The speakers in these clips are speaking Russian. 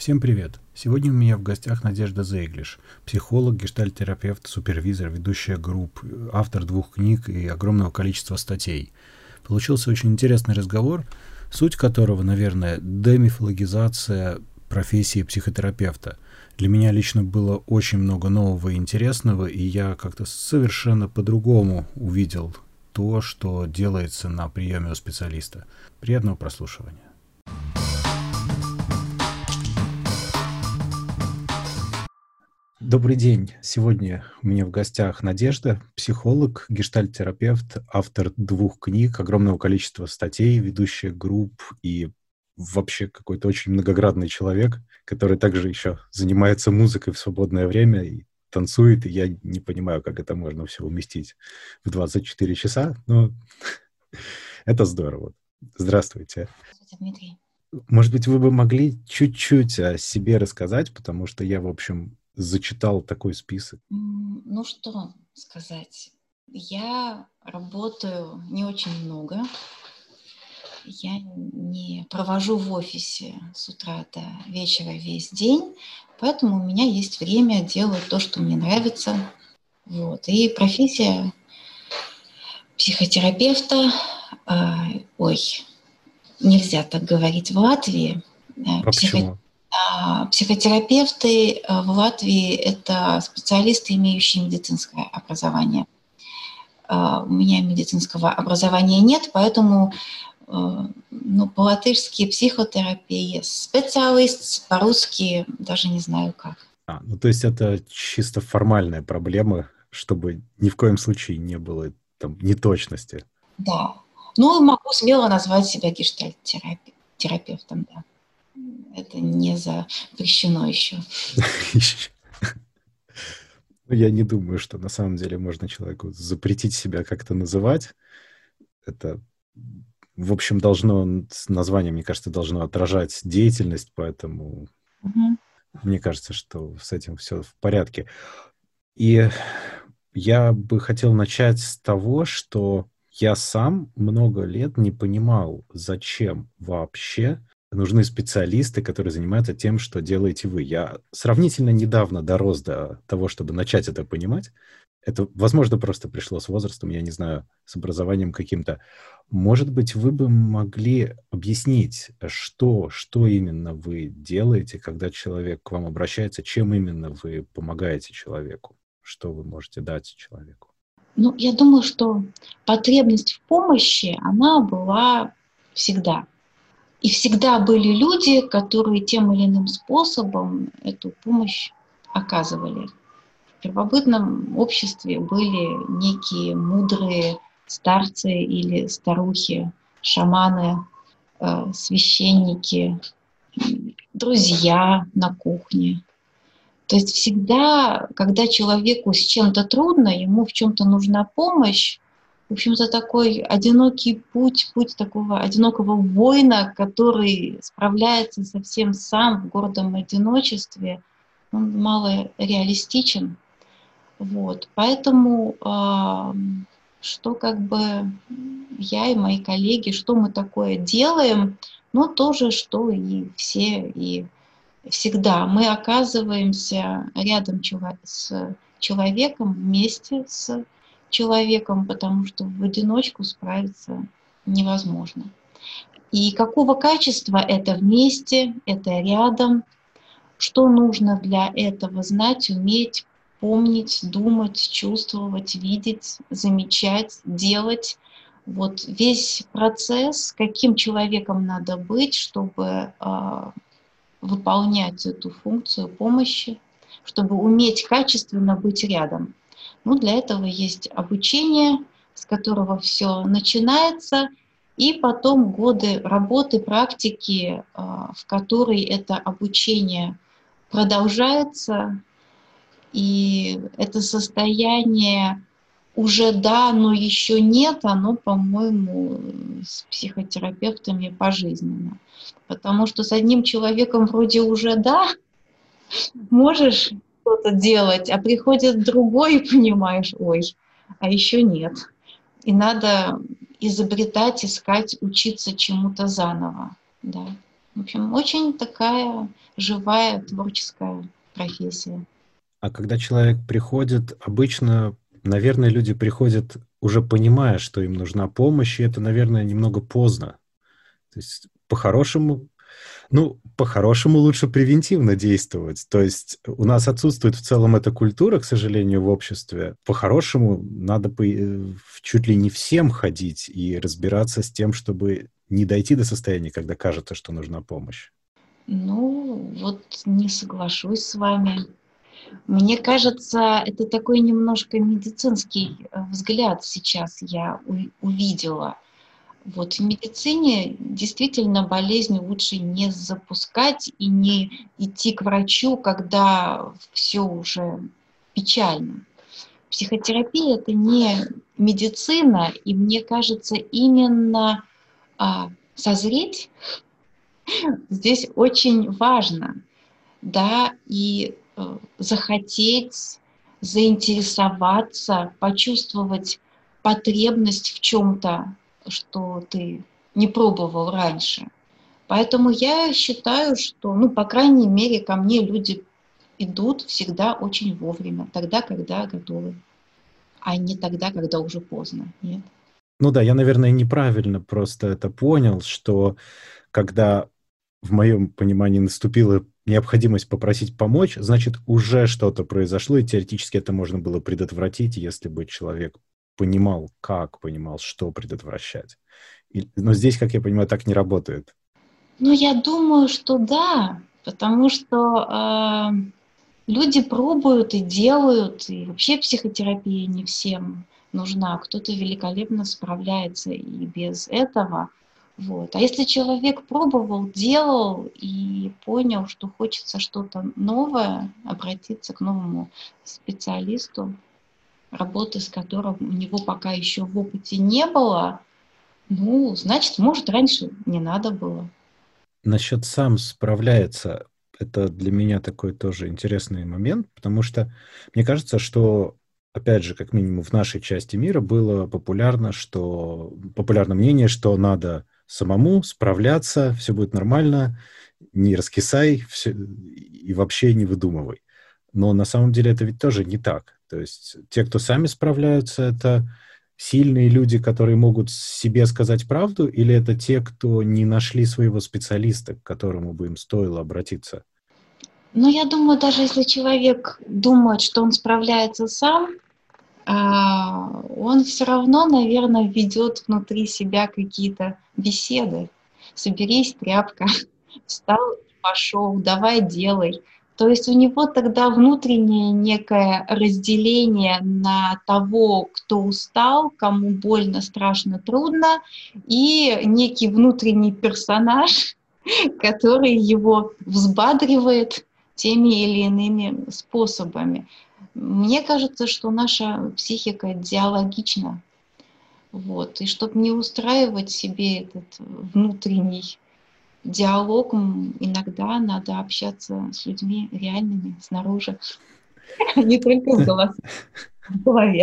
Всем привет! Сегодня у меня в гостях Надежда Зейглиш, психолог, гештальт-терапевт, супервизор, ведущая групп, автор 2 книг и огромного количества статей. Получился очень интересный разговор, суть которого, наверное, демифологизация профессии психотерапевта. Для меня лично было очень много нового и интересного, и я как-то совершенно по-другому увидел то, что делается на приеме у специалиста. Приятного прослушивания. Добрый день. Сегодня у меня в гостях Надежда, психолог, гештальт-терапевт, автор 2 книг, огромного количества статей, ведущая групп и вообще какой-то очень многоградный человек, который также еще занимается музыкой в свободное время и танцует, и я не понимаю, как это можно все уместить в 24 часа, но это здорово. Здравствуйте. Здравствуйте, Дмитрий. Может быть, вы бы могли чуть-чуть о себе рассказать, потому что я, в общем, зачитал такой список. Ну, что сказать. Я работаю не очень много. Я не провожу в офисе с утра до вечера весь день, поэтому у меня есть время делать то, что мне нравится. Вот. И профессия психотерапевта, нельзя так говорить в Латвии. А почему? Психотерапевты в Латвии – это специалисты, имеющие медицинское образование. У меня медицинского образования нет, поэтому по-латышски психотерапия, специалист, по-русски даже не знаю как. То есть это чисто формальная проблема, чтобы ни в коем случае не было там неточности. Да. Могу смело назвать себя гештальт-терапевтом, да. Это не запрещено еще. Я не думаю, что на самом деле можно человеку запретить себя как-то называть. Это, в общем, с названием, мне кажется, должно отражать деятельность, поэтому мне кажется, что с этим все в порядке. И я бы хотел начать с того, что я сам много лет не понимал, зачем вообще нужны специалисты, которые занимаются тем, что делаете вы. Я сравнительно недавно дорос до того, чтобы начать это понимать. Это, возможно, просто пришло с возрастом, я не знаю, с образованием каким-то. Может быть, вы бы могли объяснить, что именно вы делаете, когда человек к вам обращается, чем именно вы помогаете человеку, что вы можете дать человеку? Я думаю, что потребность в помощи, она была всегда. И всегда были люди, которые тем или иным способом эту помощь оказывали. В первобытном обществе были некие мудрые старцы или старухи, шаманы, священники, друзья на кухне. То есть всегда, когда человеку с чем-то трудно, ему в чем-то нужна помощь, в общем-то, такой одинокий путь такого одинокого воина, который справляется совсем сам в гордом одиночестве, он мало реалистичен. Вот. Поэтому что я и мои коллеги, что мы такое делаем, то же, что и все, и всегда. Мы оказываемся рядом с человеком, вместе с человеком, потому что в одиночку справиться невозможно. И какого качества это вместе, это рядом, что нужно для этого знать, уметь, помнить, думать, чувствовать, видеть, замечать, делать. Вот весь процесс, каким человеком надо быть, чтобы выполнять эту функцию помощи, чтобы уметь качественно быть рядом. Для этого есть обучение, с которого все начинается, и потом годы работы, практики, в которой это обучение продолжается, и это состояние уже да, но еще нет, оно, по-моему, с психотерапевтами пожизненно. Потому что с одним человеком вроде уже да, можешь что-то делать, а приходит другой и понимаешь, а еще нет. И надо изобретать, искать, учиться чему-то заново. Да. В общем, очень такая живая творческая профессия. А когда человек приходит, обычно, наверное, люди приходят уже понимая, что им нужна помощь, и это, наверное, немного поздно. То есть по-хорошему лучше превентивно действовать. То есть у нас отсутствует в целом эта культура, к сожалению, в обществе. По-хорошему надо чуть ли не всем ходить и разбираться с тем, чтобы не дойти до состояния, когда кажется, что нужна помощь. Ну, вот не соглашусь с вами. Мне кажется, это такой немножко медицинский взгляд сейчас я увидела. Вот в медицине действительно болезнь лучше не запускать и не идти к врачу, когда все уже печально. Психотерапия — это не медицина, и мне кажется, именно созреть здесь очень важно, да, и захотеть, заинтересоваться, почувствовать потребность в чем-то, что ты не пробовал раньше. Поэтому я считаю, что, ну, по крайней мере, ко мне люди идут всегда очень вовремя, тогда, когда готовы, а не тогда, когда уже поздно. Нет? Ну да, я, наверное, неправильно просто это понял, что когда в моем понимании наступила необходимость попросить помочь, значит, уже что-то произошло, и теоретически это можно было предотвратить, если бы человек понимал, что предотвращать. Но здесь, как я понимаю, так не работает. Ну, я думаю, что да, потому что люди пробуют и делают, и вообще психотерапия не всем нужна. Кто-то великолепно справляется и без этого. Вот. А если человек пробовал, делал и понял, что хочется что-то новое, обратиться к новому специалисту, работы с которым у него пока еще в опыте не было, ну, значит, может, раньше не надо было. Насчет сам справляется, это для меня такой тоже интересный момент, потому что мне кажется, что, опять же, как минимум в нашей части мира было популярно мнение, что надо самому справляться, все будет нормально, не раскисай и вообще не выдумывай. Но на самом деле это ведь тоже не так. То есть те, кто сами справляются, это сильные люди, которые могут себе сказать правду, или это те, кто не нашли своего специалиста, к которому бы им стоило обратиться? Но я думаю, даже если человек думает, что он справляется сам, он все равно, наверное, ведет внутри себя какие-то беседы. Соберись, тряпка, встал и пошел, давай делай. То есть у него тогда внутреннее некое разделение на того, кто устал, кому больно, страшно, трудно, и некий внутренний персонаж, который его взбадривает теми или иными способами. Мне кажется, что наша психика диалогична. Вот. И чтобы не устраивать себе этот внутренний диалог, иногда надо общаться с людьми реальными снаружи, а не только в голове.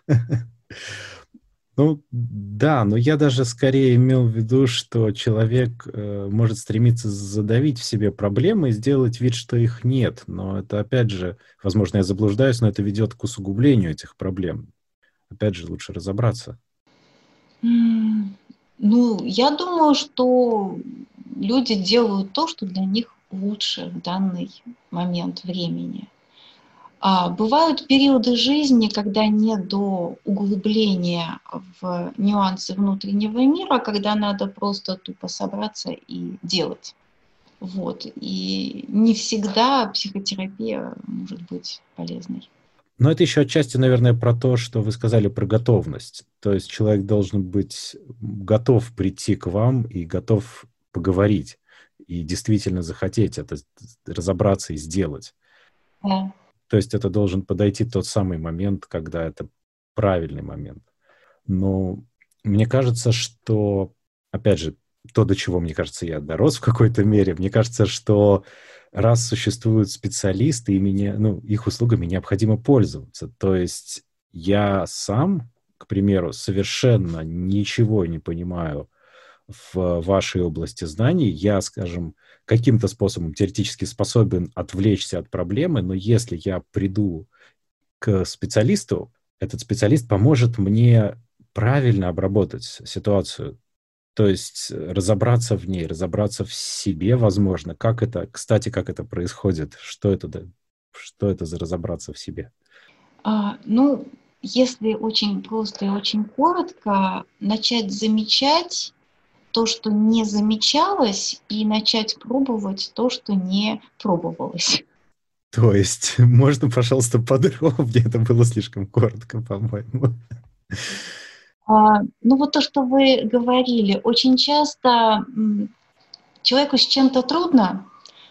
Ну, да, но я даже скорее имел в виду, что человек может стремиться задавить в себе проблемы и сделать вид, что их нет. Но это, опять же, возможно, я заблуждаюсь, но это ведет к усугублению этих проблем. Опять же, лучше разобраться. Ну, я думаю, что люди делают то, что для них лучше в данный момент времени. Бывают периоды жизни, когда нет до углубления в нюансы внутреннего мира, когда надо просто тупо собраться и делать. Вот. И не всегда психотерапия может быть полезной. Но это еще отчасти, наверное, про то, что вы сказали про готовность. То есть человек должен быть готов прийти к вам и готов поговорить. И действительно захотеть это разобраться и сделать. Да. То есть это должен подойти тот самый момент, когда это правильный момент. Но мне кажется, что, опять же, то, до чего, мне кажется, я дорос в какой-то мере, мне кажется, что раз существуют специалисты, их услугами необходимо пользоваться. То есть я сам, к примеру, совершенно ничего не понимаю в вашей области знаний. Я, скажем, каким-то способом теоретически способен отвлечься от проблемы, но если я приду к специалисту, этот специалист поможет мне правильно обработать ситуацию, то есть разобраться в ней, разобраться в себе, возможно. Как это, кстати, как это происходит? Что это, что это за разобраться в себе? Ну, если очень просто и очень коротко, начать замечать то, что не замечалось, и начать пробовать то, что не пробовалось. То есть, можно, пожалуйста, подробнее? Это было слишком коротко, по-моему. Ну, вот то, что вы говорили, очень часто человеку с чем-то трудно,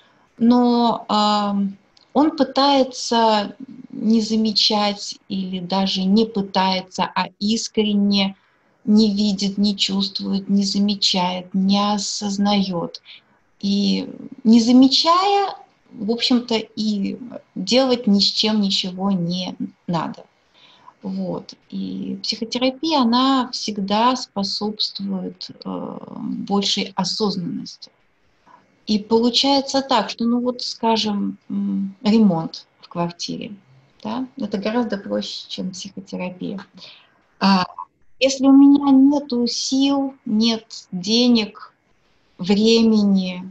но он пытается не замечать или даже не пытается, а искренне не видит, не чувствует, не замечает, не осознает. И не замечая, в общем-то, и делать ни с чем ничего не надо. Вот. И психотерапия, она всегда способствует большей осознанности. И получается так, что, ну вот, скажем, ремонт в квартире, да, это гораздо проще, чем психотерапия. Если у меня нету сил, нет денег, времени,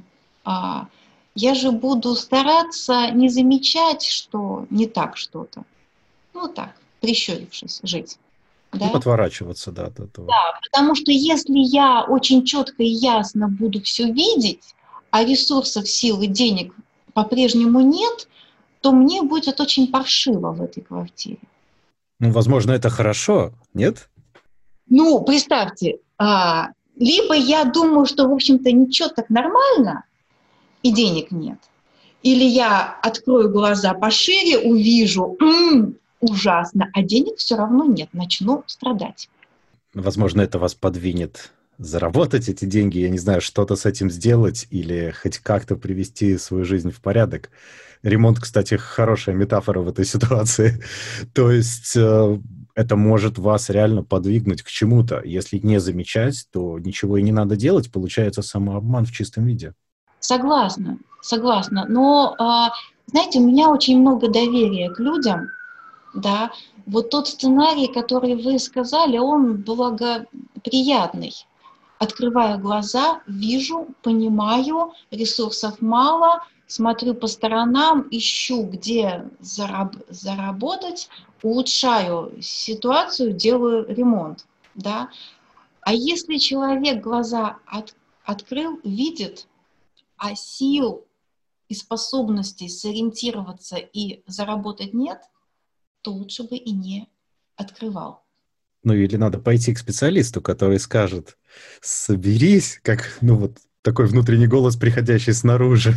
я же буду стараться не замечать, что не так что-то. Ну так, прищурившись, жить. Ну, Да? отворачиваться, да, от этого. Да, потому что если я очень четко и ясно буду все видеть, а ресурсов, сил и денег по-прежнему нет, то мне будет очень паршиво в этой квартире. Ну, возможно, это хорошо, нет? Ну, представьте, либо я думаю, что, в общем-то, ничего так нормально, и денег нет, или я открою глаза пошире, увижу, ужасно, а денег все равно нет, начну страдать. Возможно, это вас подвинет заработать эти деньги, я не знаю, что-то с этим сделать или хоть как-то привести свою жизнь в порядок. Ремонт, кстати, хорошая метафора в этой ситуации. То есть это может вас реально подвигнуть к чему-то. Если не замечать, то ничего и не надо делать. Получается самообман в чистом виде. Согласна, согласна. Но, знаете, у меня очень много доверия к людям, да. Вот тот сценарий, который вы сказали, он благоприятный. Открываю глаза, вижу, понимаю, ресурсов мало, смотрю по сторонам, ищу, где заработать, улучшаю ситуацию, делаю ремонт, да. А если человек глаза открыл, видит, а сил и способностей сориентироваться и заработать нет, то лучше бы и не открывал. Ну, или надо пойти к специалисту, который скажет, соберись, как, ну, вот такой внутренний голос, приходящий снаружи.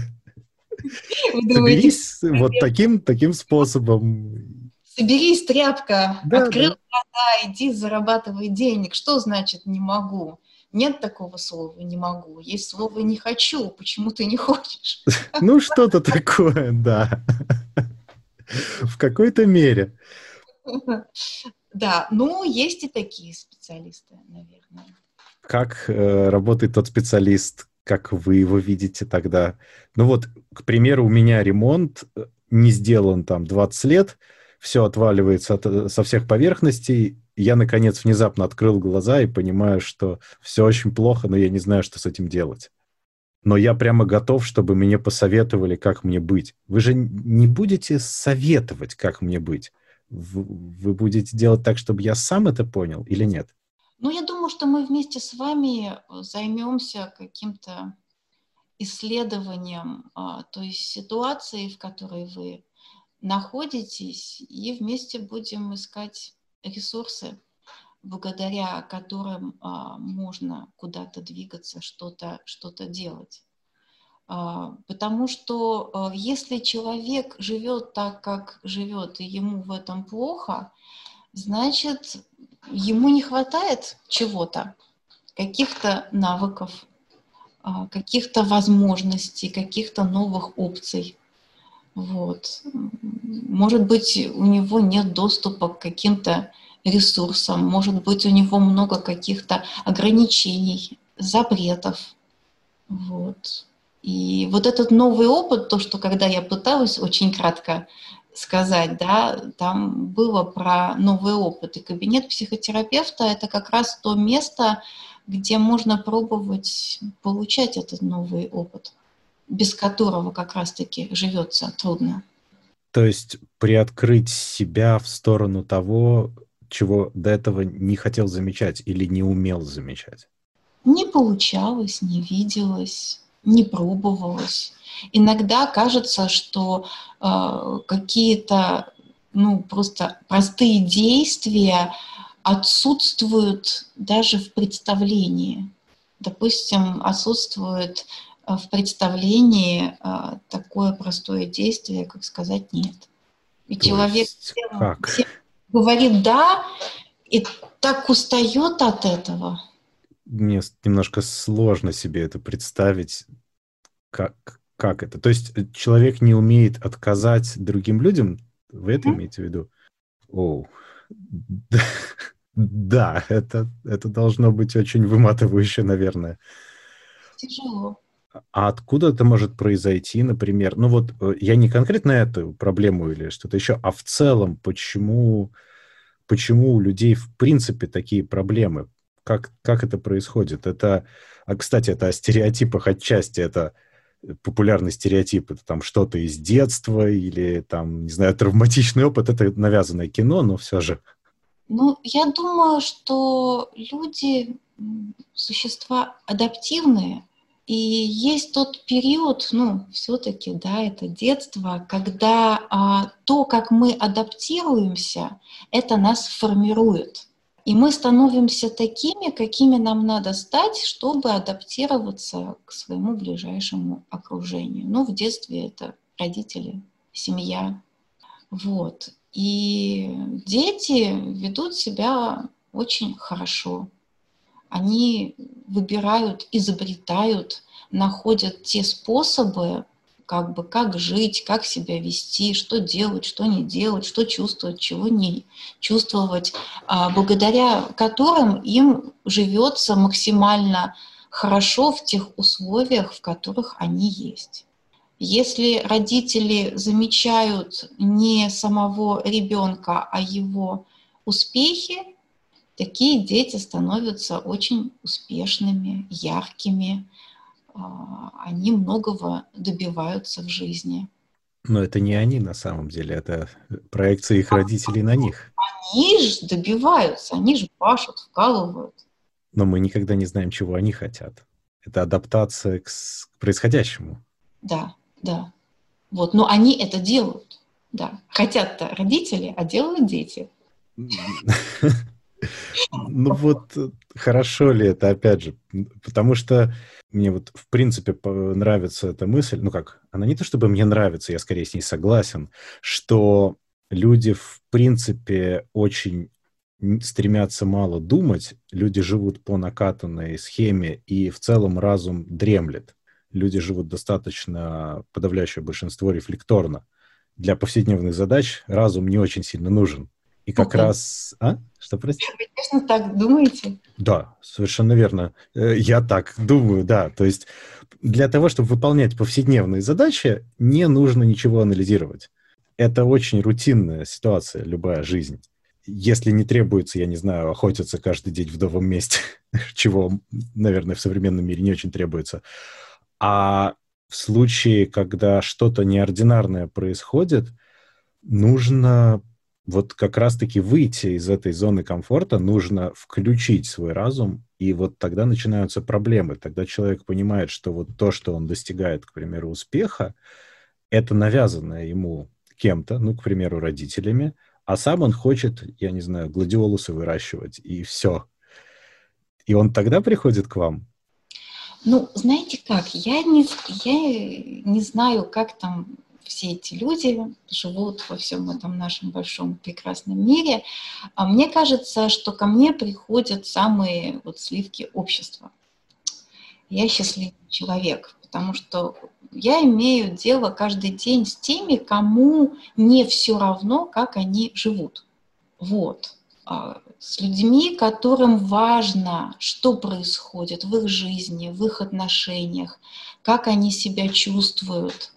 Вы думаете, Соберись вот таким способом. соберись, тряпка, Да, открыл да. глаза, иди зарабатывай денег. Что значит не могу? Нет такого слова «не могу». Есть слово «не хочу». Почему ты не хочешь? Ну, что-то такое, да. В какой-то мере. Да, ну, есть и такие специалисты, наверное. Как работает тот специалист, как вы его видите тогда? Ну вот, к примеру, у меня ремонт не сделан там 20 лет, все отваливается со всех поверхностей. Я, наконец, внезапно открыл глаза и понимаю, что все очень плохо, но я не знаю, что с этим делать. Но я прямо готов, чтобы мне посоветовали, как мне быть. Вы же не будете советовать, как мне быть. Вы будете делать так, чтобы я сам это понял или нет? Ну, я думаю, что мы вместе с вами займемся каким-то исследованием той ситуации, в которой вы находитесь, и вместе будем искать ресурсы, благодаря которым можно куда-то двигаться, что-то делать. Потому что если человек живет так, как живет, и ему в этом плохо, значит, ему не хватает чего-то, каких-то навыков, каких-то возможностей, каких-то новых опций. Вот. Может быть, у него нет доступа к каким-то ресурсам, может быть, у него много каких-то ограничений, запретов. Вот. И вот этот новый опыт, то, что когда я пыталась очень кратко сказать, да, там было про новый опыт. И кабинет психотерапевта – это как раз то место, где можно пробовать получать этот новый опыт, без которого как раз-таки живется трудно. То есть приоткрыть себя в сторону того, чего до этого не хотел замечать или не умел замечать. Не получалось, не виделось, не пробовалось. Иногда кажется, что какие-то просто простые действия отсутствуют даже в представлении. Допустим, отсутствует в представлении такое простое действие, как сказать «нет». И То человек есть всем как? говорит «да», и так устает от этого. Мне немножко сложно себе это представить, как это. То есть человек не умеет отказать другим людям, вы это имеете в виду? Оу. Да, да, это должно быть очень выматывающе, наверное. Тяжело. А откуда это может произойти, например? Ну вот я не конкретно эту проблему или что-то еще, а в целом, почему у людей в принципе такие проблемы? Как это происходит? Кстати, это о стереотипах отчасти, это популярный стереотип, это там что-то из детства или там, не знаю, травматичный опыт, это навязанное кино, но все же. Я думаю, что люди существа адаптивные, и есть тот период, все-таки, да, это детство, когда то, как мы адаптируемся, это нас формирует. И мы становимся такими, какими нам надо стать, чтобы адаптироваться к своему ближайшему окружению. В детстве это родители, семья. Вот. И дети ведут себя очень хорошо. Они выбирают, изобретают, находят те способы, как жить, как себя вести, что делать, что не делать, что чувствовать, чего не чувствовать, благодаря которым им живется максимально хорошо в тех условиях, в которых они есть. Если родители замечают не самого ребенка, а его успехи, такие дети становятся очень успешными, яркими, они многого добиваются в жизни. Но это не они на самом деле, это проекция их родителей на них. Они же добиваются, они же пашут, вкалывают. Но мы никогда не знаем, чего они хотят. Это адаптация к происходящему. Да, да. Но они это делают. Да. Хотят-то родители, а делают дети. Ну вот, хорошо ли это, опять же, потому что мне вот в принципе нравится эта мысль, она не то чтобы мне нравится, я скорее с ней согласен, что люди в принципе очень стремятся мало думать, люди живут по накатанной схеме, и в целом разум дремлет. Люди живут достаточно, подавляющее большинство, рефлекторно. Для повседневных задач разум не очень сильно нужен. И как раз... Что, простите? Вы точно так думаете? Да, совершенно верно. Я так думаю, да. То есть для того, чтобы выполнять повседневные задачи, не нужно ничего анализировать. Это очень рутинная ситуация, любая жизнь. Если не требуется, я не знаю, охотиться каждый день в новом месте, чего, наверное, в современном мире не очень требуется. А в случае, когда что-то неординарное происходит, нужно вот как раз-таки выйти из этой зоны комфорта, нужно включить свой разум, и вот тогда начинаются проблемы. Тогда человек понимает, что вот то, что он достигает, к примеру, успеха, это навязанное ему кем-то, к примеру, родителями, а сам он хочет, я не знаю, гладиолусы выращивать, и все. И он тогда приходит к вам? Знаете как, я не знаю, как там все эти люди живут во всем этом нашем большом прекрасном мире. А мне кажется, что ко мне приходят самые сливки общества. Я счастливый человек, потому что я имею дело каждый день с теми, кому не все равно, как они живут. Вот. с людьми, которым важно, что происходит в их жизни, в их отношениях, как они себя чувствуют,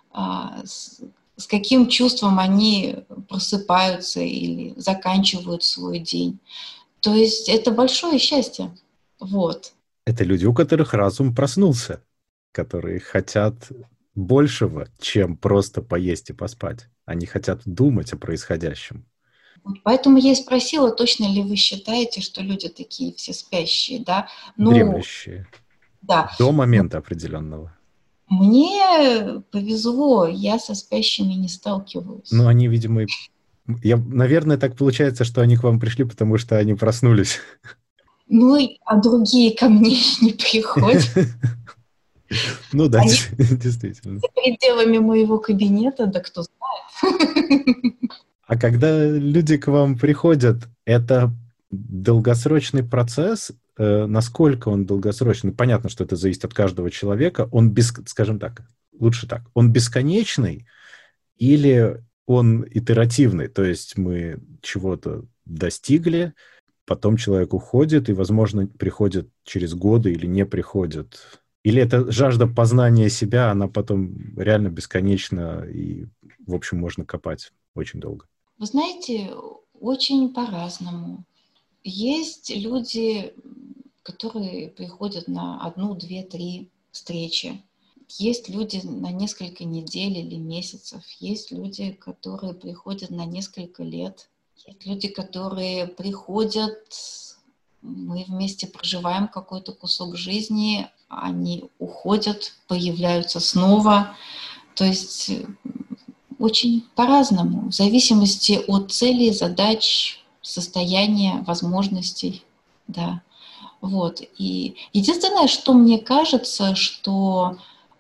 с каким чувством они просыпаются или заканчивают свой день. То есть это большое счастье. Вот. Это люди, у которых разум проснулся, которые хотят большего, чем просто поесть и поспать. Они хотят думать о происходящем. Поэтому я и спросила, точно ли вы считаете, что люди такие все спящие, да? Ну, Дремлющие. да. До момента определенного. Мне повезло, я со спящими не сталкиваюсь. Но они, видимо, наверное, так получается, что они к вам пришли, потому что они проснулись. Ну, а другие ко мне не приходят. Ну да, Они действительно. за пределами моего кабинета, да кто знает. А когда люди к вам приходят, это долгосрочный процесс? Насколько он долгосрочный? Понятно, что это зависит от каждого человека. Он, скажем так, лучше так, он бесконечный или он итеративный? То есть мы чего-то достигли, потом человек уходит и, возможно, приходит через годы или не приходит. Или это жажда познания себя, она потом реально бесконечна, и, в общем, можно копать очень долго. Вы знаете, очень по-разному. Есть люди, которые приходят на 1, 2, 3 встречи. Есть люди на несколько недель или месяцев. Есть люди, которые приходят на несколько лет. Есть люди, которые приходят, мы вместе проживаем какой-то кусок жизни, они уходят, появляются снова. То есть очень по-разному, в зависимости от целей, задач, состояния, возможностей. Да. Вот. И единственное, что мне кажется, что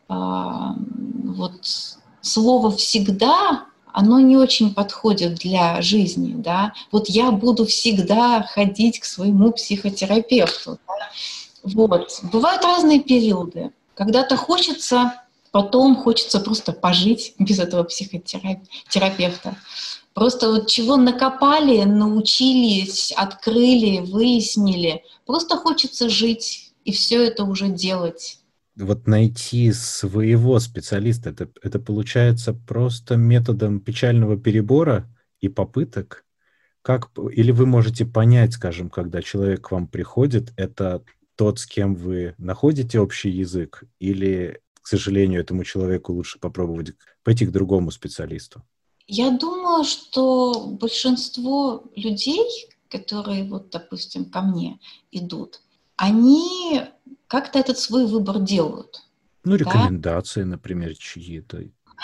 вот слово «всегда», оно не очень подходит для жизни, да. Вот я буду всегда ходить к своему психотерапевту. Да? Вот. Бывают разные периоды. Когда-то хочется, потом хочется просто пожить без этого психотерапевта. Просто вот чего накопали, научились, открыли, выяснили. Просто хочется жить и все это уже делать. Вот найти своего специалиста, это получается просто методом печального перебора и попыток? Или вы можете понять, скажем, когда человек к вам приходит, это тот, с кем вы находите общий язык, или, к сожалению, этому человеку лучше попробовать пойти к другому специалисту? Я думаю, что большинство людей, которые, вот, допустим, ко мне идут, они как-то этот свой выбор делают. Ну, Да? рекомендации, например, чьи-то.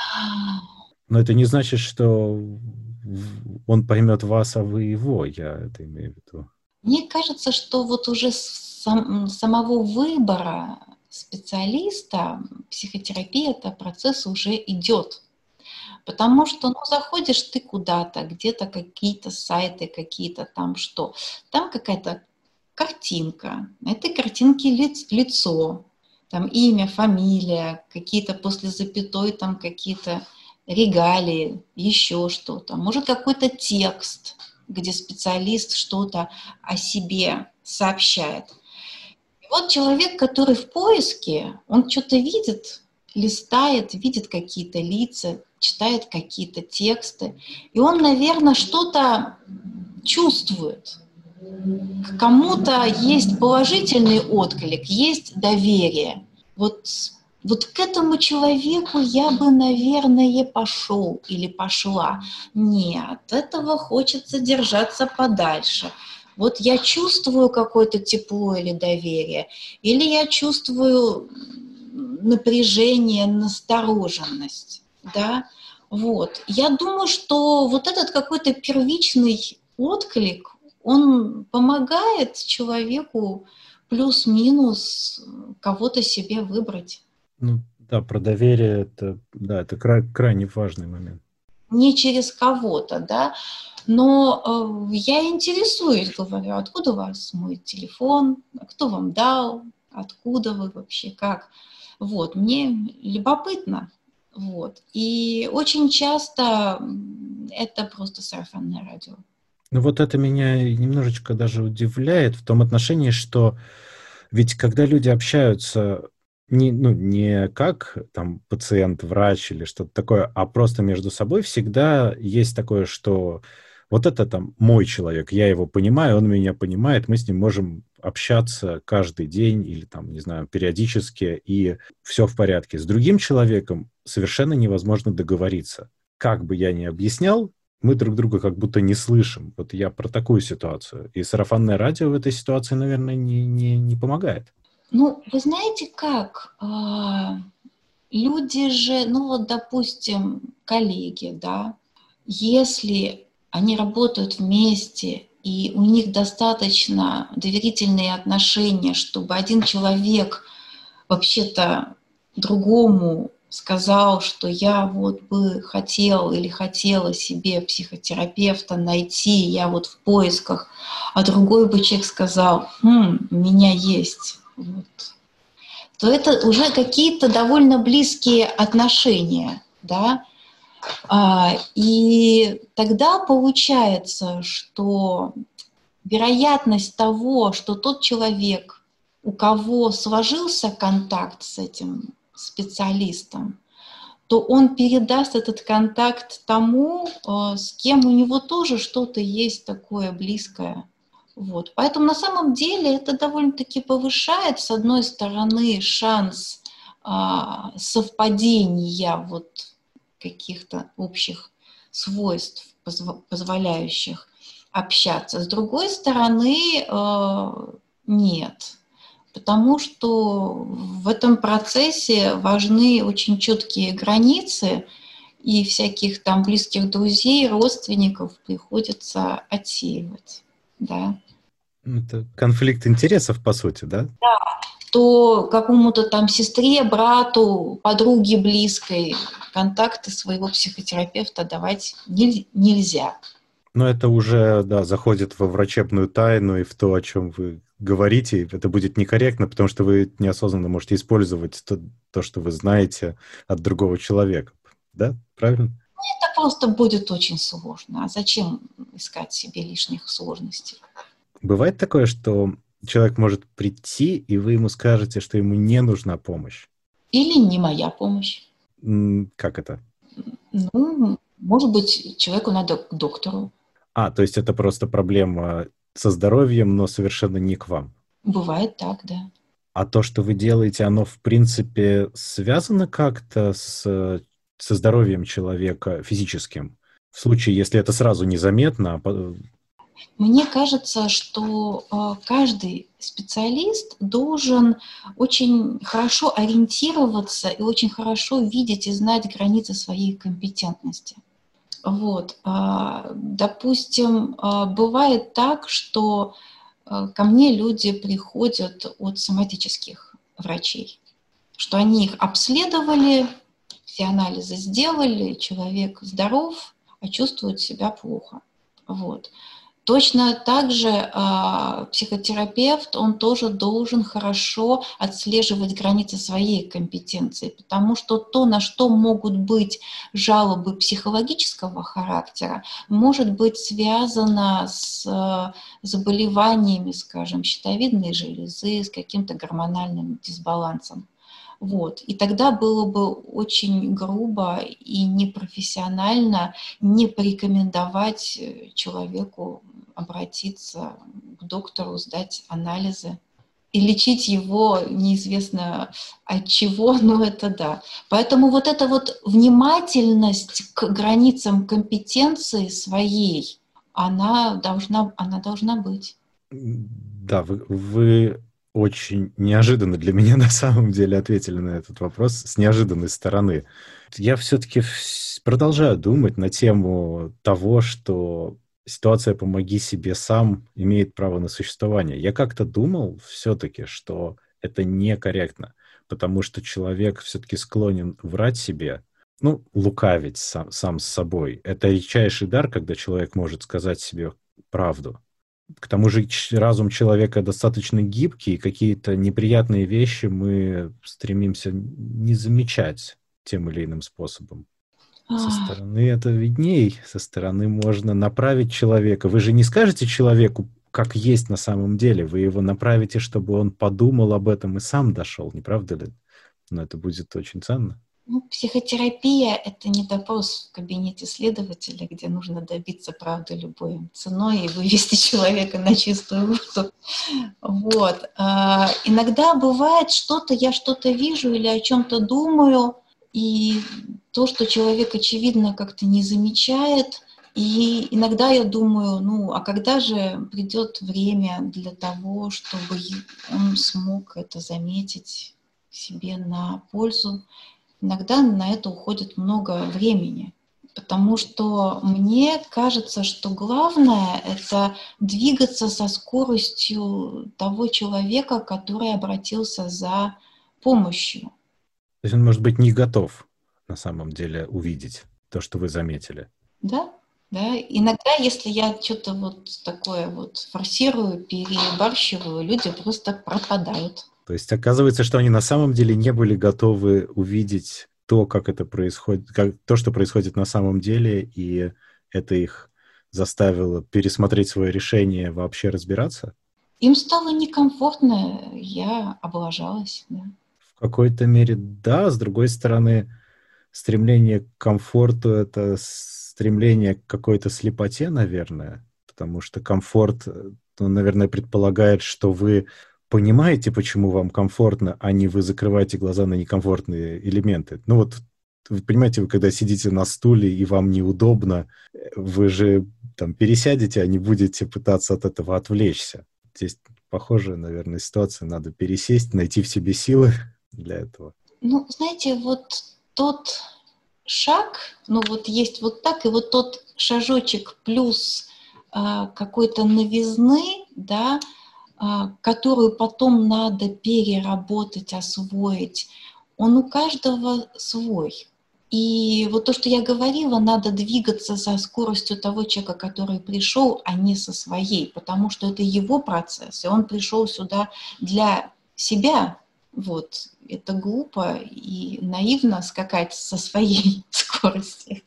Но это не значит, что он поймет вас, а вы его. Я это имею в виду. Мне кажется, что вот уже самого выбора специалиста, психотерапии, это процесс уже идет. Потому что, ну, заходишь ты куда-то, где-то какие-то сайты, какие-то там что. Там какая-то картинка, на этой картинке лицо, там имя, фамилия, какие-то после запятой там какие-то регалии, еще что-то. Может, какой-то текст, где специалист что-то о себе сообщает. И вот человек, который в поиске, он что-то видит, листает, видит какие-то лица, читает какие-то тексты, и он, наверное, что-то чувствует. К кому-то есть положительный отклик, есть доверие. Вот к этому человеку я бы, наверное, пошел или пошла. Нет, этого хочется держаться подальше. Вот я чувствую какое-то тепло или доверие, или я чувствую напряжение, настороженность, да, вот. Я думаю, что вот этот какой-то первичный отклик, он помогает человеку плюс-минус кого-то себе выбрать. Ну, да, про доверие это крайне важный момент. Не через кого-то, да, но я интересуюсь, говорю, откуда у вас мой телефон, кто вам дал, откуда вы вообще, как. Вот, мне любопытно. Вот. И очень часто это просто сарафанное радио. Ну вот это меня немножечко даже удивляет в том отношении, что ведь когда люди общаются не как там пациент, врач или что-то такое, а просто между собой, всегда есть такое, что вот это там мой человек, я его понимаю, он меня понимает, мы с ним можем общаться каждый день или там, не знаю, периодически, и все в порядке. С другим человеком совершенно невозможно договориться. Как бы я ни объяснял, мы друг друга как будто не слышим. Вот я про такую ситуацию. И сарафанное радио в этой ситуации, наверное, не помогает. Ну, вы знаете как? Люди же, ну вот, допустим, коллеги, да, если они работают вместе, и у них достаточно доверительные отношения, чтобы один человек вообще-то другому сказал, что я вот бы хотел или хотела себе психотерапевта найти, я вот в поисках, а другой бы человек сказал, у меня есть, вот, то это уже какие-то довольно близкие отношения, да, и тогда получается, что вероятность того, что тот человек, у кого сложился контакт с этим специалистом, то он передаст этот контакт тому, с кем у него тоже что-то есть такое близкое. Вот. Поэтому на самом деле это довольно-таки повышает, с одной стороны, шанс совпадения вот каких-то общих свойств, позволяющих общаться. С другой стороны, нет. Потому что в этом процессе важны очень четкие границы, и всяких там близких друзей, родственников приходится отсеивать. Да. Это конфликт интересов, по сути, да? То какому-то там сестре, брату, подруге близкой контакты своего психотерапевта давать нельзя. Но это уже, да, заходит во врачебную тайну и в то, о чем вы говорите. Это будет некорректно, потому что вы неосознанно можете использовать то, что вы знаете от другого человека. Да? Правильно? Это просто будет очень сложно. А зачем искать себе лишних сложностей? Бывает такое, что человек может прийти, и вы ему скажете, что ему не нужна помощь. Или не моя помощь. Как это? Ну, может быть, человеку надо к доктору. То есть это просто проблема со здоровьем, но совершенно не к вам. Бывает так, да. А то, что вы делаете, оно, в принципе, связано как-то со здоровьем человека физическим? В случае, если это сразу незаметно. Мне кажется, что каждый специалист должен очень хорошо ориентироваться и очень хорошо видеть и знать границы своей компетентности. Вот. Допустим, бывает так, что ко мне люди приходят от соматических врачей, что они их обследовали, все анализы сделали, человек здоров, а чувствует себя плохо. Вот. Точно так же психотерапевт, он тоже должен хорошо отслеживать границы своей компетенции, потому что то, на что могут быть жалобы психологического характера, может быть связано с заболеваниями, скажем, щитовидной железы, с каким-то гормональным дисбалансом. Вот. И тогда было бы очень грубо и непрофессионально не порекомендовать человеку обратиться к доктору, сдать анализы и лечить его неизвестно от чего, но это да. Поэтому вот эта вот внимательность к границам компетенции своей, она должна быть. Да, вы очень неожиданно для меня на самом деле ответили на этот вопрос с неожиданной стороны. Я все-таки продолжаю думать на тему того, что ситуация «помоги себе сам» имеет право на существование. Я как-то думал все-таки, что это некорректно, потому что человек все-таки склонен врать себе, лукавить сам с собой. Это редчайший дар, когда человек может сказать себе правду. К тому же разум человека достаточно гибкий, и какие-то неприятные вещи мы стремимся не замечать тем или иным способом. Со стороны это видней, со стороны можно направить человека. Вы же не скажете человеку, как есть на самом деле, вы его направите, чтобы он подумал об этом и сам дошел, не правда ли? Но это будет очень ценно. Ну, психотерапия — это не допрос в кабинете следователя, где нужно добиться правды любой ценой и вывести человека на чистую воду. Вот. Иногда бывает что-то, я что-то вижу или о чем-то думаю, и то, что человек, очевидно, как-то не замечает. И иногда я думаю, ну, а когда же придет время для того, чтобы он смог это заметить себе на пользу? Иногда на это уходит много времени, потому что мне кажется, что главное — это двигаться со скоростью того человека, который обратился за помощью. То есть он, может быть, не готов на самом деле увидеть то, что вы заметили. Да? Да? Иногда, если я что-то вот такое вот форсирую, перебарщиваю, люди просто пропадают. То есть оказывается, что они на самом деле не были готовы увидеть то, как это происходит, то, что происходит на самом деле, и это их заставило пересмотреть свое решение, вообще разбираться? Им стало некомфортно, я облажалась. Да. В какой-то мере да, с другой стороны, стремление к комфорту — это стремление к какой-то слепоте, наверное, потому что комфорт, ну, наверное, предполагает, что вы понимаете, почему вам комфортно, а не вы закрываете глаза на некомфортные элементы. Ну вот, вы понимаете, вы когда сидите на стуле и вам неудобно, вы же там пересядете, а не будете пытаться от этого отвлечься. Здесь похожая, наверное, ситуация. Надо пересесть, найти в себе силы для этого. Ну, знаете, вот тот шаг, ну вот есть вот так, и вот тот шажочек плюс какой-то новизны, да, которую потом надо переработать, освоить, он у каждого свой. И вот то, что я говорила, надо двигаться со скоростью того человека, который пришел, а не со своей, потому что это его процесс, и он пришел сюда для себя. Вот. Это глупо и наивно скакать со своей скорости.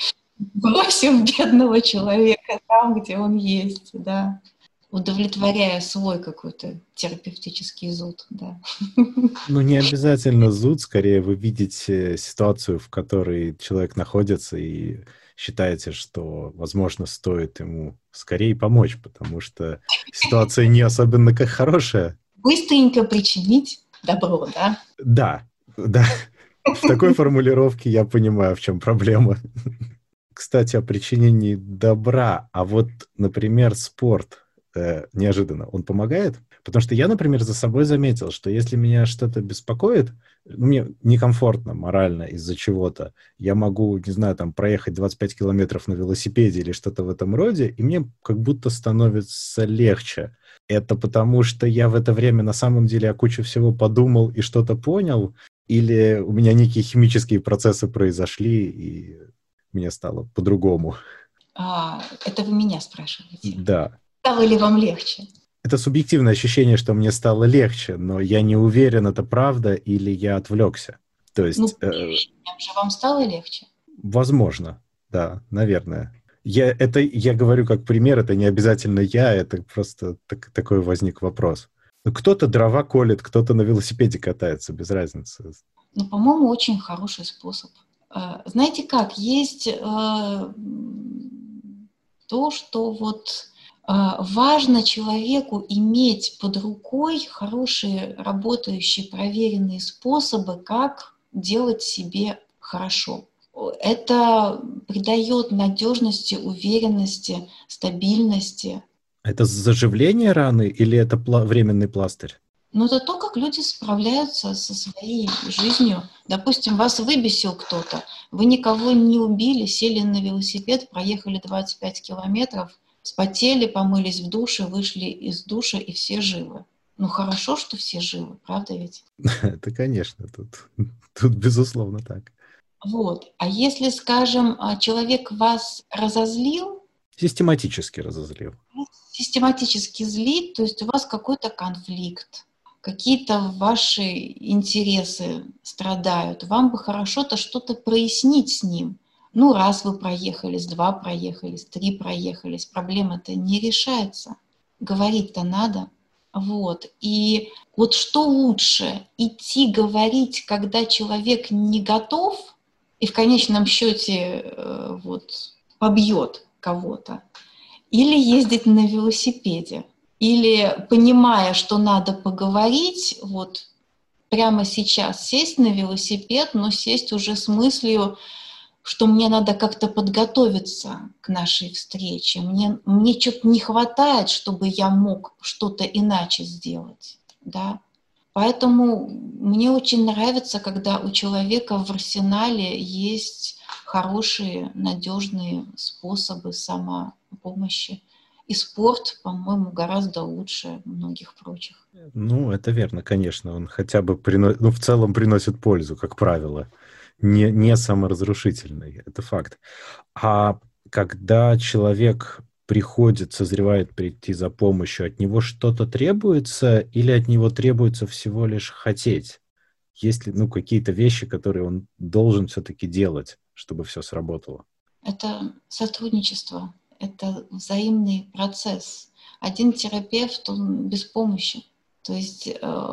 Бросив бедного человека там, где он есть, да, удовлетворяя свой какой-то терапевтический зуд, да. Ну, не обязательно зуд, скорее вы видите ситуацию, в которой человек находится, и считаете, что, возможно, стоит ему скорее помочь, потому что ситуация не особенно как хорошая. Быстренько причинить добро, да? Да, да. В такой формулировке я понимаю, в чем проблема. Кстати, о причинении добра. А вот, например, спорт неожиданно, он помогает? Потому что я, например, за собой заметил, что если меня что-то беспокоит, ну, мне некомфортно морально из-за чего-то, я могу, не знаю, там, проехать 25 километров на велосипеде или что-то в этом роде, и мне как будто становится легче. Это потому, что я в это время на самом деле о куче всего подумал и что-то понял, или у меня некие химические процессы произошли, и мне стало по-другому. Это вы меня спрашиваете. Да. Стало ли вам легче? Это субъективное ощущение, что мне стало легче, но я не уверен, это правда или я отвлекся. То Ну, есть, же вам стало легче? возможно, да, наверное. Я говорю как пример, это не обязательно я, это просто такой возник вопрос. Ну, кто-то дрова колет, кто-то на велосипеде катается, без разницы. Ну, по-моему, очень хороший способ. Знаете как, есть то, что вот важно человеку иметь под рукой хорошие, работающие, проверенные способы, как делать себе хорошо. Это придает надежности, уверенности, стабильности. Это заживление раны или это временный пластырь? Но это то, как люди справляются со своей жизнью. Допустим, вас выбесил кто-то, вы никого не убили, сели на велосипед, проехали 25 километров, вспотели, помылись в душе, вышли из душа, и все живы. Ну хорошо, что все живы, правда ведь? Это, конечно, тут безусловно так. Вот. А если, скажем, человек вас разозлил, Систематически разозлил. систематически злит, то есть у вас какой-то конфликт, какие-то ваши интересы страдают, вам бы хорошо-то что-то прояснить с ним. Ну, раз вы проехались, два проехались, три проехались, проблема-то не решается. Говорить-то надо. Вот. И вот что лучше, идти говорить, когда человек не готов, и в конечном счете вот, побьет кого-то, или ездить на велосипеде, или, понимая, что надо поговорить, вот прямо сейчас сесть на велосипед, но сесть уже с мыслью, что мне надо как-то подготовиться к нашей встрече. Мне что-то не хватает, чтобы я мог что-то иначе сделать. Да? Поэтому мне очень нравится, когда у человека в арсенале есть хорошие, надежные способы самопомощи. И спорт, по-моему, гораздо лучше многих прочих. Ну, это верно, конечно. Он хотя бы ну, в целом приносит пользу, как правило. Не саморазрушительный. Это факт. А когда человек приходит, созревает прийти за помощью, от него что-то требуется или от него требуется всего лишь хотеть? Есть ли, ну, какие-то вещи, которые он должен все-таки делать, чтобы все сработало? Это сотрудничество, это взаимный процесс. Один терапевт, он без помощи. То есть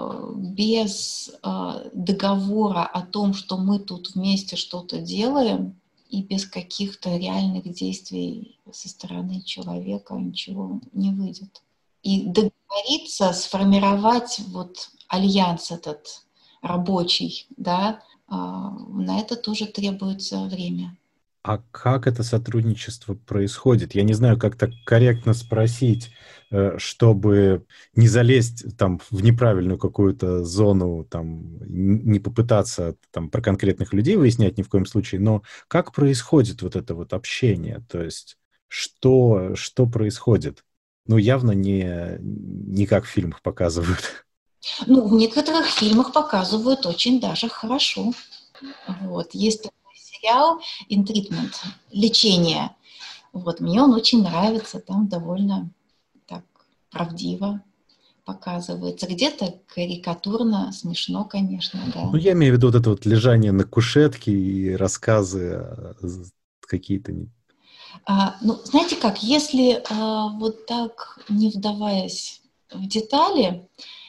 без договора о том, что мы тут вместе что-то делаем, и без каких-то реальных действий со стороны человека ничего не выйдет. И договориться, сформировать вот альянс этот рабочий, да, на это тоже требуется время. А как это сотрудничество происходит? Я не знаю, как так корректно спросить, чтобы не залезть там в неправильную какую-то зону, там, не попытаться там про конкретных людей выяснять ни в коем случае, но как происходит вот это вот общение? То есть что происходит? Ну, явно не как в фильмах показывают. Ну, в некоторых фильмах показывают очень даже хорошо. Вот. Есть такой сериал «In Treatment», «Лечение». Вот. Мне он очень нравится, там довольно так правдиво показывается. Где-то карикатурно, смешно, конечно, Ну, да. я имею в виду вот это вот лежание на кушетке и рассказы какие-то. Ну, знаете как, если вот так, не вдаваясь в детали,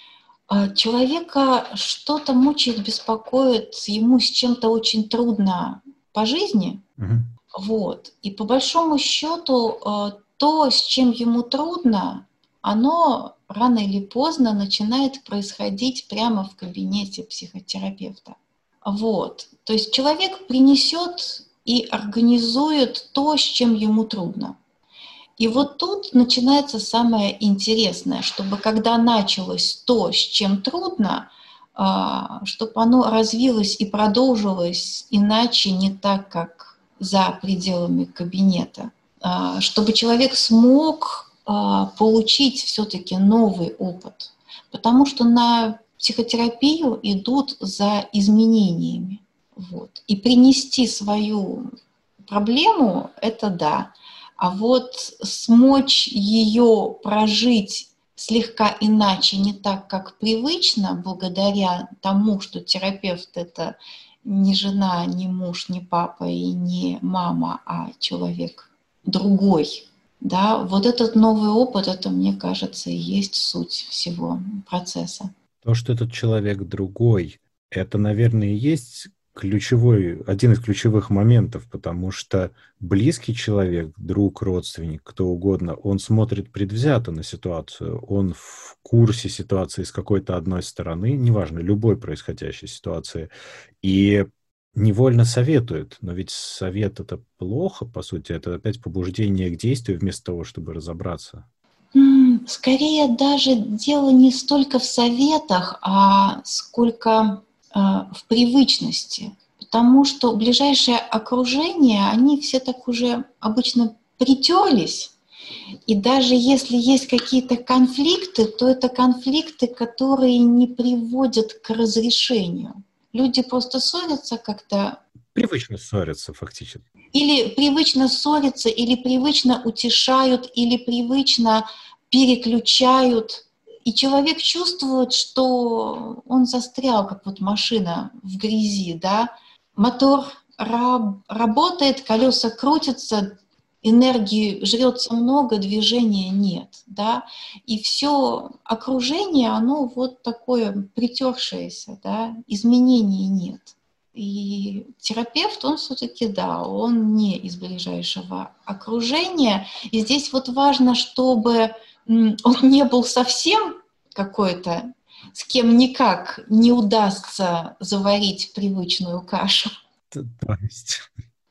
человека что-то мучает, беспокоит, ему с чем-то очень трудно по жизни, Мгм. вот. И по большому счету то, с чем ему трудно, оно рано или поздно начинает происходить прямо в кабинете психотерапевта. Вот. То есть человек принесет и организует то, с чем ему трудно. И вот тут начинается самое интересное, чтобы когда началось то, с чем трудно, чтобы оно развилось и продолжилось иначе, не так, как за пределами кабинета. Чтобы человек смог получить все-таки новый опыт. Потому что на психотерапию идут за изменениями. Вот. И принести свою проблему – это да. А вот смочь ее прожить слегка иначе, не так, как привычно, благодаря тому, что терапевт – это не жена, не муж, не папа и не мама, а человек другой. Да, вот этот новый опыт, это, мне кажется, и есть суть всего процесса. То, что этот человек другой, это, наверное, и есть один из ключевых моментов, потому что близкий человек, друг, родственник, кто угодно, он смотрит предвзято на ситуацию, он в курсе ситуации с какой-то одной стороны, неважно, любой происходящей ситуации, и невольно советует. Но ведь совет — это плохо, по сути, это опять побуждение к действию вместо того, чтобы разобраться. Скорее даже дело не столько в советах, а сколько в привычности. Потому что ближайшее окружение, они все так уже обычно притерлись. И даже если есть какие-то конфликты, то это конфликты, которые не приводят к разрешению. Люди просто ссорятся как-то. Привычно ссорятся, фактически. Или привычно ссорятся, или привычно утешают, или привычно переключают. И человек чувствует, что он застрял, как вот машина в грязи, да. Мотор работает, колеса крутятся, энергии жрется много, движения нет, да, и все окружение, оно вот такое притершееся, да, изменений нет. И терапевт, он все-таки, да, он не из ближайшего окружения. И здесь вот важно, чтобы он не был совсем какой-то, с кем никак не удастся заварить привычную кашу. То есть...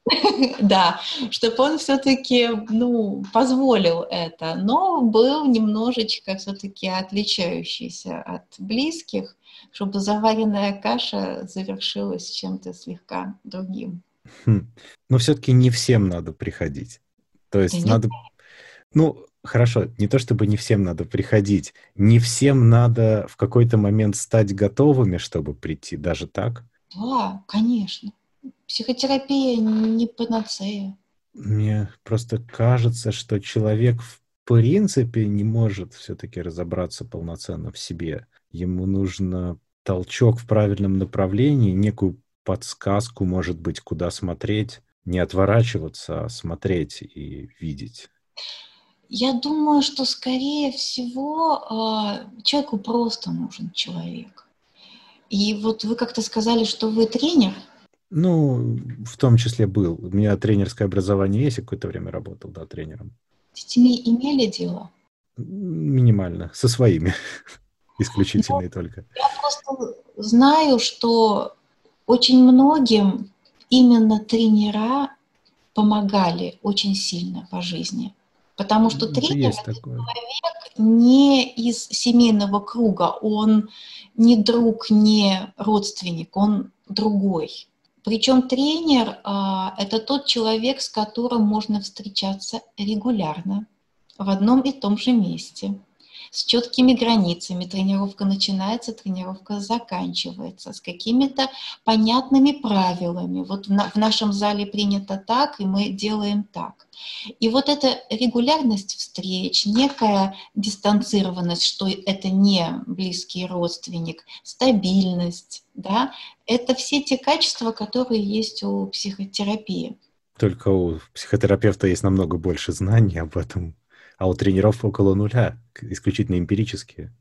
Да, чтобы он все-таки, позволил это, но был немножечко все-таки отличающийся от близких, чтобы заваренная каша завершилась чем-то слегка другим. Но все-таки не всем надо приходить. То Да есть нет, надо... Ну, хорошо, не то чтобы не всем надо приходить, не всем надо в какой-то момент стать готовыми, чтобы прийти, даже так? да, конечно. Психотерапия не панацея. Мне просто кажется, что человек в принципе не может все-таки разобраться полноценно в себе. Ему нужно толчок в правильном направлении, некую подсказку, может быть, куда смотреть, не отворачиваться, а смотреть и видеть. Я думаю, что, скорее всего, человеку просто нужен человек. И вот вы как-то сказали, что вы тренер. Ну, в том числе был. У меня тренерское образование есть, я какое-то время работал, да, тренером. С детьми имели дело? Минимально, со своими, Ну, исключительные только. я просто знаю, что очень многим именно тренера помогали очень сильно по жизни. Потому что Да, тренер — есть это такое. человек не из семейного круга, он не друг, не родственник, он другой. Причем тренер это тот человек, с которым можно встречаться регулярно, в одном и том же месте, с четкими границами. Тренировка начинается, тренировка заканчивается, с какими-то понятными правилами. Вот в нашем зале принято так, и мы делаем так. И вот эта регулярность встреч, некая дистанцированность, что это не близкий родственник, стабильность, да, это все те качества, которые есть у психотерапии. Только у психотерапевта есть намного больше знаний об этом, а у тренеров около нуля, исключительно эмпирические.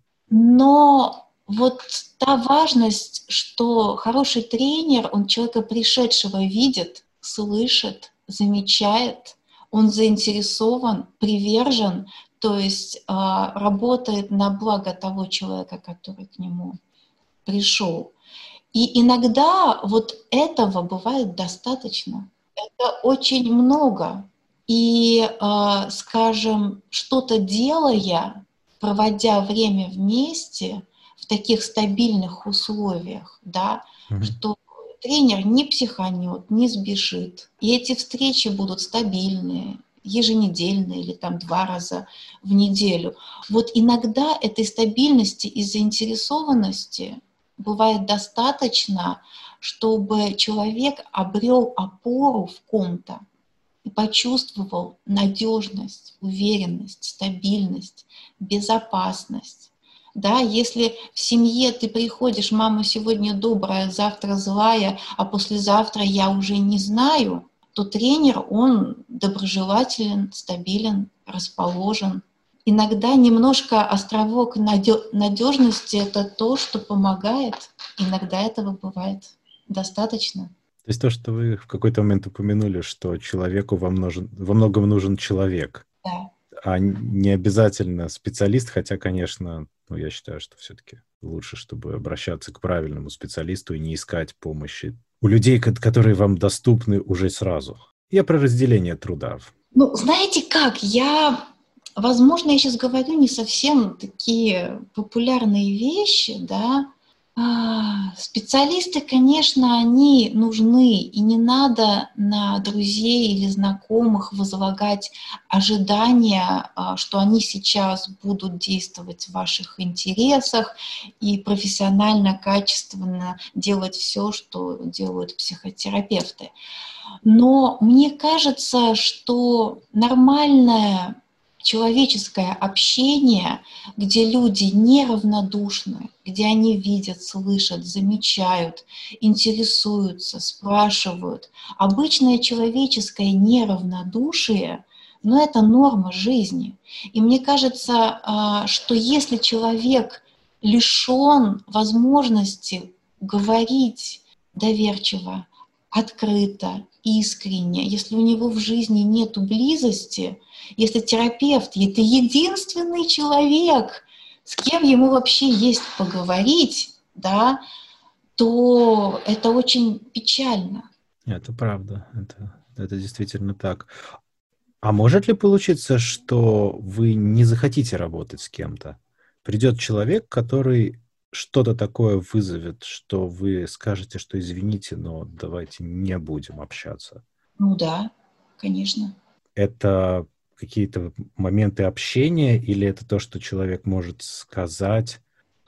Но вот та важность, что хороший тренер, он человека пришедшего видит, слышит, замечает, он заинтересован, привержен, то есть работает на благо того человека, который к нему пришел. И иногда вот этого бывает достаточно. Это очень много. И, скажем, что-то делая, проводя время вместе в таких стабильных условиях, да, Мгм. что тренер не психанет, не сбежит. И эти встречи будут стабильные, еженедельные или там 2 раза в неделю. Вот иногда этой стабильности и заинтересованности бывает достаточно, чтобы человек обрел опору в ком-то и почувствовал надежность, уверенность, стабильность, безопасность. Да, если в семье ты приходишь, мама сегодня добрая, завтра злая, а послезавтра я уже не знаю, то тренер, он доброжелателен, стабилен, расположен. Иногда немножко островок надежности — это то, что помогает. Иногда этого бывает достаточно. То есть то, что вы в какой-то момент упомянули, что человеку во многом нужен человек, Да. а не обязательно специалист, хотя, конечно, я считаю, что все-таки лучше, чтобы обращаться к правильному специалисту и не искать помощи у людей, которые вам доступны уже сразу. Я про разделение труда. Ну, знаете как, возможно, я сейчас говорю не совсем такие популярные вещи, да. Специалисты, конечно, они нужны, и не надо на друзей или знакомых возлагать ожидания, что они сейчас будут действовать в ваших интересах и профессионально, качественно делать все, что делают психотерапевты. Но мне кажется, что нормальное человеческое общение, где люди неравнодушны, где они видят, слышат, замечают, интересуются, спрашивают. Обычное человеческое неравнодушие, но это норма жизни. И мне кажется, что если человек лишен возможности говорить доверчиво, открыто, искренне, если у него в жизни нет близости, если терапевт — это единственный человек, с кем ему вообще есть поговорить, да, то это очень печально. Это правда, это действительно так. А может ли получиться, что вы не захотите работать с кем-то? Придет человек, который что-то такое вызовет, что вы скажете, что извините, но давайте не будем общаться. Ну да, конечно. Это какие-то моменты общения или это то, что человек может сказать?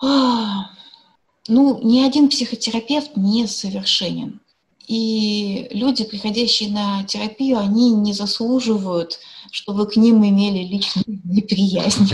Ну, ни один психотерапевт не совершенен. И люди, приходящие на терапию, они не заслуживают, чтобы к ним имели личную неприязнь.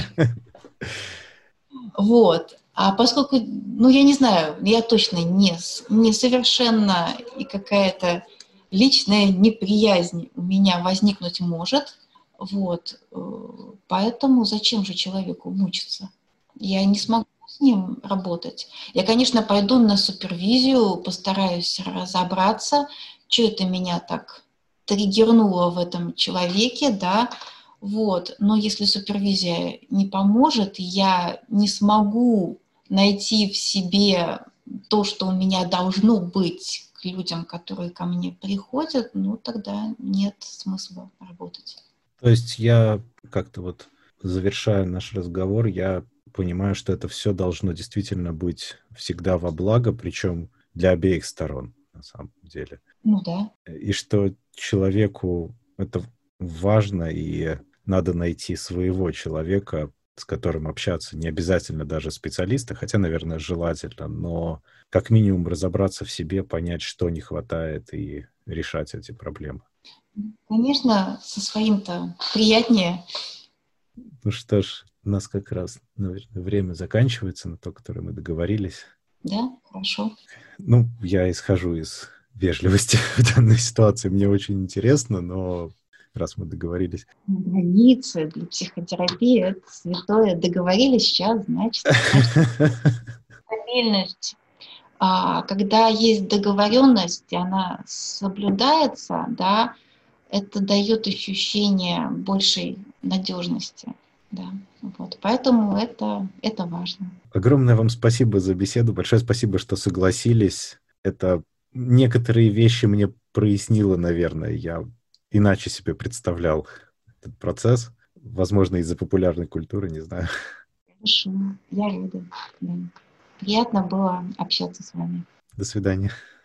Вот. А поскольку, ну, я не знаю, я точно несовершенна, и какая-то личная неприязнь у меня возникнуть может, вот, поэтому зачем же человеку мучиться? Я не смогу с ним работать. Я, конечно, пойду на супервизию, постараюсь разобраться, что это меня так триггернуло в этом человеке, да, вот. Но если супервизия не поможет, я не смогу найти в себе то, что у меня должно быть к людям, которые ко мне приходят, ну тогда нет смысла работать. То есть я как-то вот, завершая наш разговор, я понимаю, что это все должно действительно быть всегда во благо, причем для обеих сторон, на самом деле. Ну да. И что человеку это важно, и надо найти своего человека, с которым общаться. Не обязательно даже специалиста, хотя, наверное, желательно, но как минимум разобраться в себе, понять, что не хватает, и решать эти проблемы. Конечно, со своим-то приятнее. Ну что ж, у нас как раз, наверное, время заканчивается на то, которое мы договорились. Да, хорошо. Ну, я исхожу из вежливости в данной ситуации. Мне очень интересно, но раз мы договорились. Границы для психотерапии — это святое. Договорились сейчас, значит, стабильность. Когда есть договоренность, и она соблюдается, да, это дает ощущение большей надежности. Да. Вот. Поэтому это важно. Огромное вам спасибо за беседу. Большое спасибо, что согласились. Это некоторые вещи мне прояснило, наверное. Я иначе себе представлял этот процесс. Возможно, из-за популярной культуры, не знаю. Хорошо, я рада. Да. Приятно было общаться с вами. До свидания.